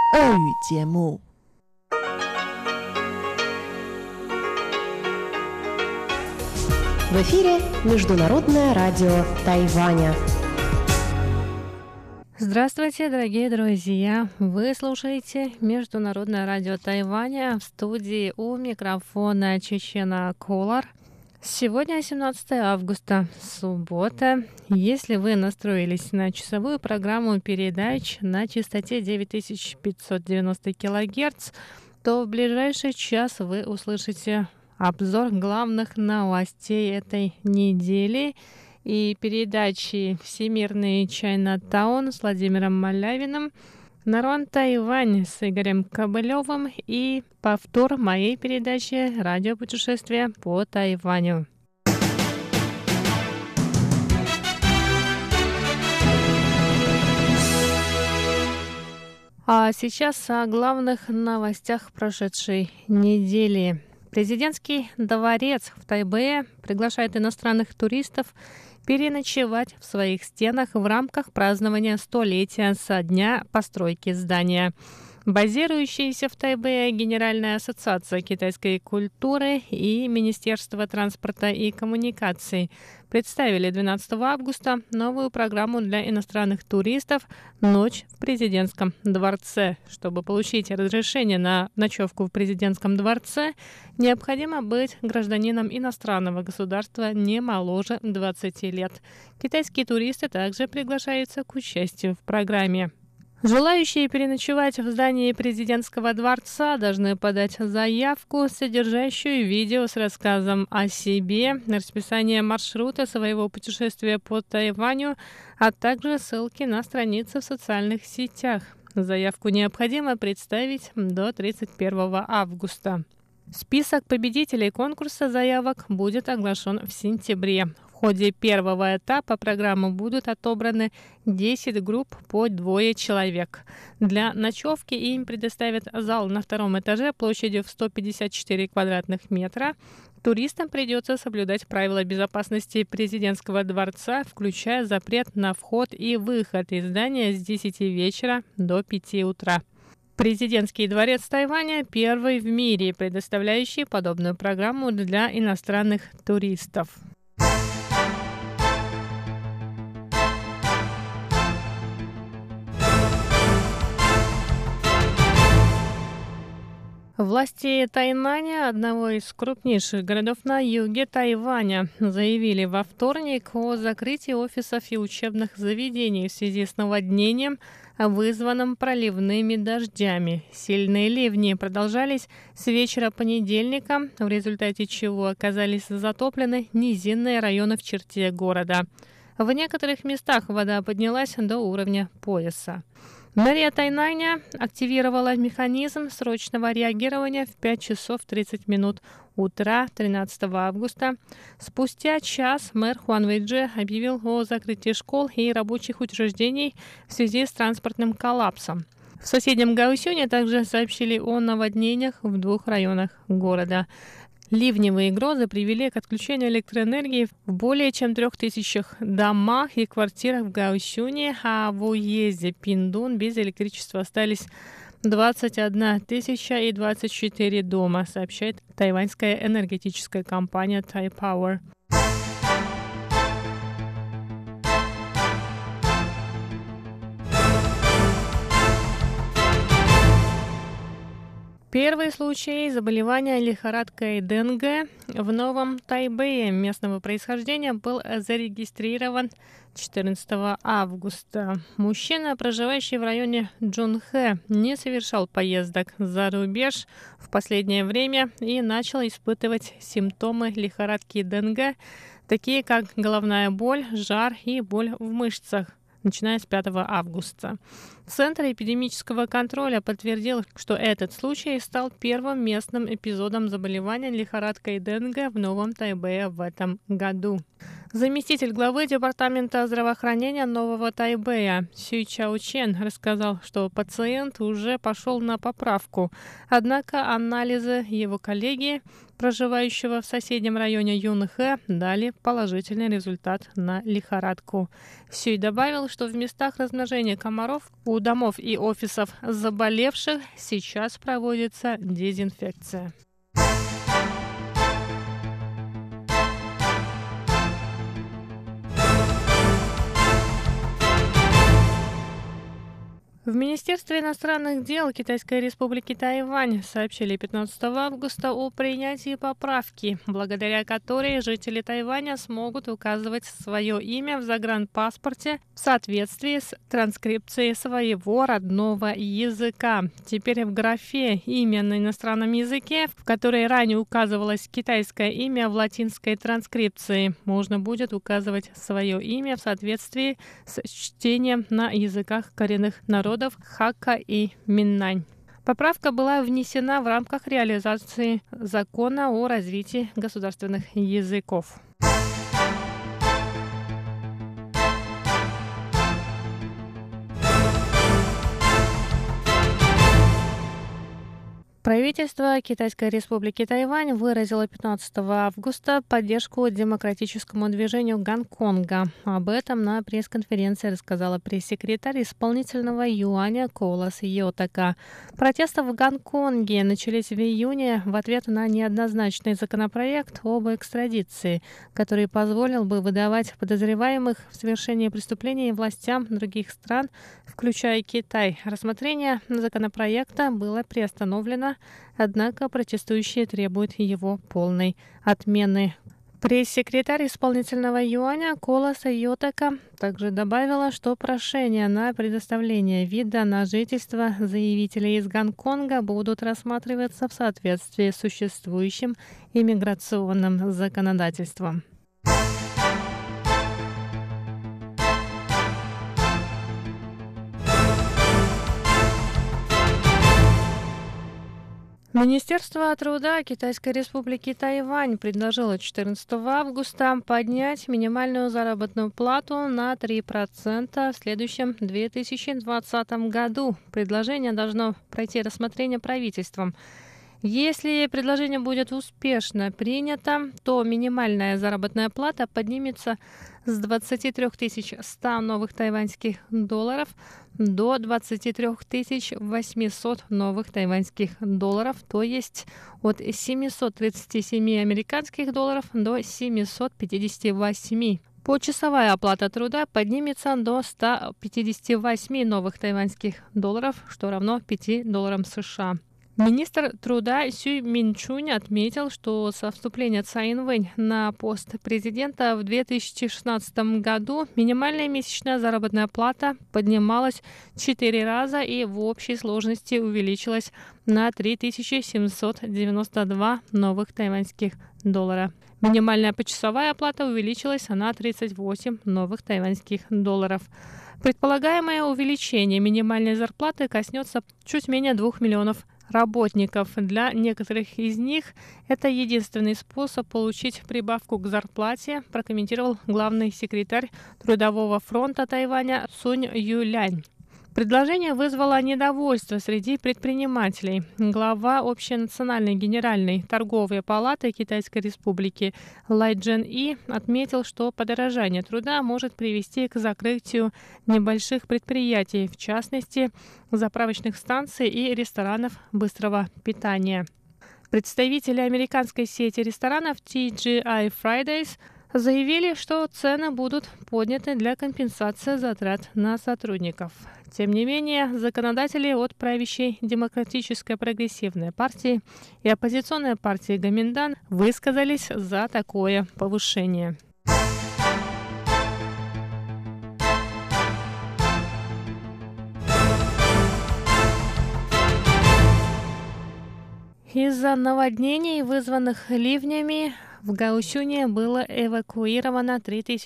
俄语节目。 В эфире Международное радио Тайваня. Здравствуйте, дорогие друзья! Вы слушаете Международное радио Тайваня, в студии у микрофона Чечена Колор. Сегодня 17 августа, суббота. Если вы настроились на часовую программу передач на частоте 9590 кГц, то в ближайший час вы услышите обзор главных новостей этой недели и передачи «Всемирный Чайнатаун» с Владимиром Малявиным, «Нарон Тайвань» с Игорем Кобылевым и повтор моей передачи «Радиопутешествие по Тайваню». А сейчас о главных новостях прошедшей недели. Президентский дворец в Тайбэе приглашает иностранных туристов переночевать в своих стенах в рамках празднования столетия со дня постройки здания. Базирующаяся в Тайбэе Генеральная ассоциация китайской культуры и Министерство транспорта и коммуникаций представили 12 августа новую программу для иностранных туристов «Ночь в президентском дворце». Чтобы получить разрешение на ночевку в президентском дворце, необходимо быть гражданином иностранного государства не моложе 20 лет. Китайские туристы также приглашаются к участию в программе. Желающие переночевать в здании президентского дворца должны подать заявку, содержащую видео с рассказом о себе, расписание маршрута своего путешествия по Тайваню, а также ссылки на страницы в социальных сетях. Заявку необходимо представить до 31 августа. Список победителей конкурса заявок будет оглашен в сентябре. В ходе первого этапа программы будут отобраны 10 групп по 2 человек. Для ночевки им предоставят зал на втором этаже площадью в 154 квадратных метра. Туристам придется соблюдать правила безопасности президентского дворца, включая запрет на вход и выход из здания с 10 вечера до 5 утра. Президентский дворец Тайваня – первый в мире, предоставляющий подобную программу для иностранных туристов. Власти Тайнаня, одного из крупнейших городов на юге Тайваня, заявили во вторник о закрытии офисов и учебных заведений в связи с наводнением, вызванным проливными дождями. Сильные ливни продолжались с вечера понедельника, в результате чего оказались затоплены низинные районы в черте города. В некоторых местах вода поднялась до уровня пояса. Мэрия Тайнаня активировала механизм срочного реагирования в 5 часов 30 минут утра 13 августа. Спустя час мэр Хуан Вэйджи объявил о закрытии школ и рабочих учреждений в связи с транспортным коллапсом. В соседнем Гаосюне также сообщили о наводнениях в 2 районах города. Ливневые грозы привели к отключению электроэнергии в более чем 3000 домах и квартирах в Гаосюне, а в уезде Пиндун без электричества остались 21 024 дома, сообщает тайваньская энергетическая компания Тайпауэр. Первый случай заболевания лихорадкой Денге в Новом Тайбэе местного происхождения был зарегистрирован 14 августа. Мужчина, проживающий в районе Джунхэ, не совершал поездок за рубеж в последнее время и начал испытывать симптомы лихорадки Денге, такие как головная боль, жар и боль в мышцах, начиная с 5 августа. Центр эпидемического контроля подтвердил, что этот случай стал первым местным эпизодом заболевания лихорадкой Денге в Новом Тайбэе в этом году. Заместитель главы Департамента здравоохранения Нового Тайбэя Сюй Чао Чен рассказал, что пациент уже пошел на поправку. Однако анализы его коллеги, проживающего в соседнем районе Юнхэ, дали положительный результат на лихорадку. Сюй добавил, что в местах размножения комаров у домов и офисов заболевших сейчас проводится дезинфекция. В Министерстве иностранных дел Китайской Республики Тайвань сообщили 15 августа о принятии поправки, благодаря которой жители Тайваня смогут указывать свое имя в загранпаспорте в соответствии с транскрипцией своего родного языка. Теперь в графе «Имя на иностранном языке», в которой ранее указывалось китайское имя в латинской транскрипции, можно будет указывать свое имя в соответствии с чтением на языках коренных народов Хака и Миннань. Поправка была внесена в рамках реализации закона о развитии государственных языков. Правительство Китайской Республики Тайвань выразило 15 августа поддержку демократическому движению Гонконга. Об этом на пресс-конференции рассказала пресс-секретарь исполнительного юаня Колас Йотака. Протесты в Гонконге начались в июне в ответ на неоднозначный законопроект об экстрадиции, который позволил бы выдавать подозреваемых в совершении преступлений властям других стран, включая Китай. Рассмотрение законопроекта было приостановлено, однако протестующие требуют его полной отмены. Пресс-секретарь исполнительного юаня Коласа Йотака также добавила, что прошения на предоставление вида на жительство заявителей из Гонконга будут рассматриваться в соответствии с существующим иммиграционным законодательством. Министерство труда Китайской Республики Тайвань предложило 14 августа поднять минимальную заработную плату на 3% в следующем 2020 году. Предложение должно пройти рассмотрение правительством. Если предложение будет успешно принято, то минимальная заработная плата поднимется с 23 100 новых тайваньских долларов до 23 800 новых тайваньских долларов, то есть от 737 американских долларов до 758. Почасовая оплата труда поднимется до 158 новых тайваньских долларов, что равно 5 долларам США. Министр труда Сюй Минчунь отметил, что со вступления Цай Инвэнь на пост президента в 2016 году минимальная месячная заработная плата поднималась 4 раза и в общей сложности увеличилась на 3792 новых тайваньских доллара. Минимальная почасовая оплата увеличилась на 38 новых тайваньских долларов. Предполагаемое увеличение минимальной зарплаты коснется чуть менее 2 миллионов работников. Для некоторых из них это единственный способ получить прибавку к зарплате, прокомментировал главный секретарь Трудового фронта Тайваня Сунь Юлянь. Предложение вызвало недовольство среди предпринимателей. Глава Общенациональной генеральной торговой палаты Китайской Республики Лай Джен И отметил, что подорожание труда может привести к закрытию небольших предприятий, в частности, заправочных станций и ресторанов быстрого питания. Представители американской сети ресторанов TGI Fridays заявили, что цены будут подняты для компенсации затрат на сотрудников. Тем не менее, законодатели от правящей Демократической прогрессивной партии и оппозиционной партии Гоминдан высказались за такое повышение. Из-за наводнений, вызванных ливнями, в Гаосюне было эвакуировано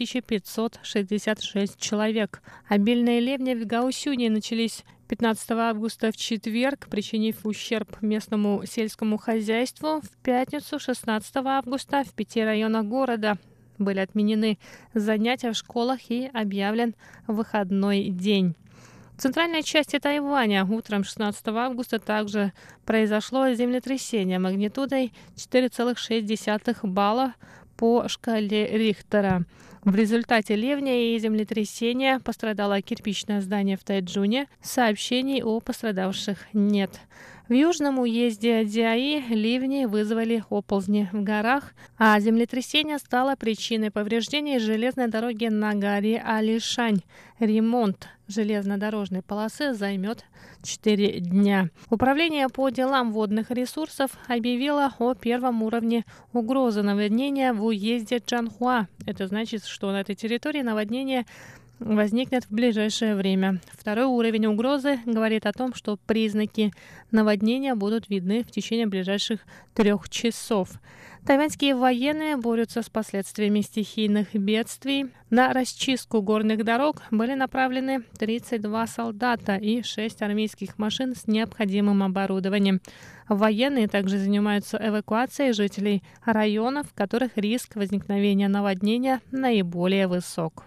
3566 человек. Обильные ливни в Гаосюне начались 15 августа в четверг, причинив ущерб местному сельскому хозяйству. В пятницу 16 августа в 5 районах города Были отменены занятия в школах и объявлен выходной день. В центральной части Тайваня утром 16 августа также произошло землетрясение магнитудой 4,6 балла по шкале Рихтера. В результате ливня и землетрясения пострадало кирпичное здание в Тайчжуне. Сообщений о пострадавших нет. В южном уезде Дзяи ливни вызвали оползни в горах, а землетрясение стало причиной повреждений железной дороги на горе Алишань. Ремонт железнодорожной полосы займет 4 дня. Управление по делам водных ресурсов объявило о первом уровне угрозы наводнения в уезде Чжанхуа. Это значит, что на этой территории наводнение возникнет в ближайшее время. Второй уровень угрозы говорит о том, что признаки наводнения будут видны в течение ближайших 3 часов. Тайваньские военные борются с последствиями стихийных бедствий. На расчистку горных дорог были направлены 32 солдата и 6 армейских машин с необходимым оборудованием. Военные также занимаются эвакуацией жителей районов, в которых риск возникновения наводнения наиболее высок.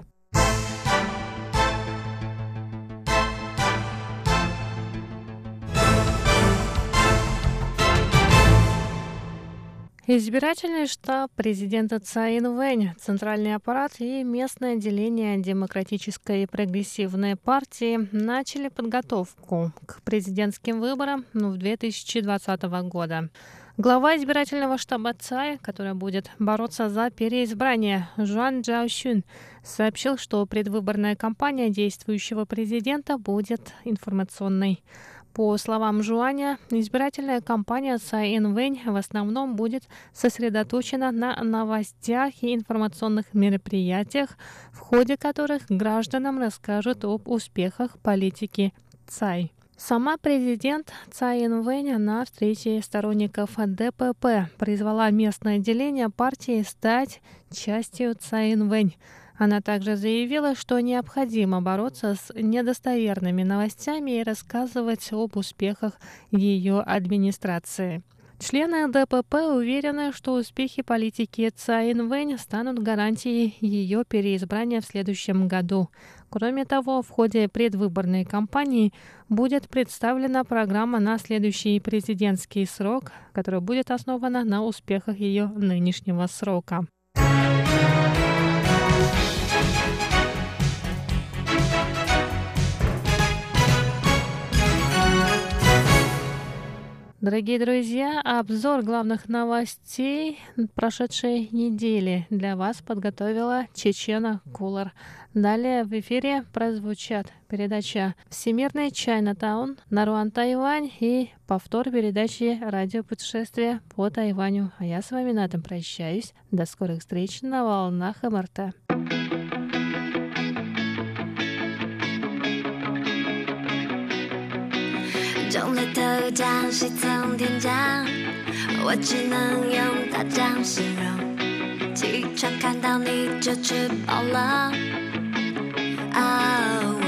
Избирательный штаб президента Цай Инвэнь, центральный аппарат и местное отделение Демократической и прогрессивной партии начали подготовку к президентским выборам в 2020 года. Глава избирательного штаба Цай, который будет бороться за переизбрание, Жуан Чжаошюн, сообщил, что предвыборная кампания действующего президента будет информационной. По словам Жуаня, избирательная кампания Цай Инвэнь в основном будет сосредоточена на новостях и информационных мероприятиях, в ходе которых гражданам расскажут об успехах политики Цай. Сама президент Цай Инвэнь на встрече сторонников ДПП призвала местное отделение партии стать частью Цай Инвэнь. Она также заявила, что необходимо бороться с недостоверными новостями и рассказывать об успехах ее администрации. Члены ДПП уверены, что успехи политики Цай Инвэнь станут гарантией ее переизбрания в следующем году. Кроме того, в ходе предвыборной кампании будет представлена программа на следующий президентский срок, которая будет основана на успехах ее нынешнего срока. Дорогие друзья, обзор главных новостей прошедшей недели для вас подготовила Чечена Кулар. Далее в эфире прозвучат передача «Всемирный Чайнатаун», «Наруан Тайвань» и повтор передачи «Радиопутешествие по Тайваню». А я с вами на этом прощаюсь. До скорых встреч на волнах МРТ. 中了头奖，喜从天降，我只能用大奖形容。起床看到你就吃饱了。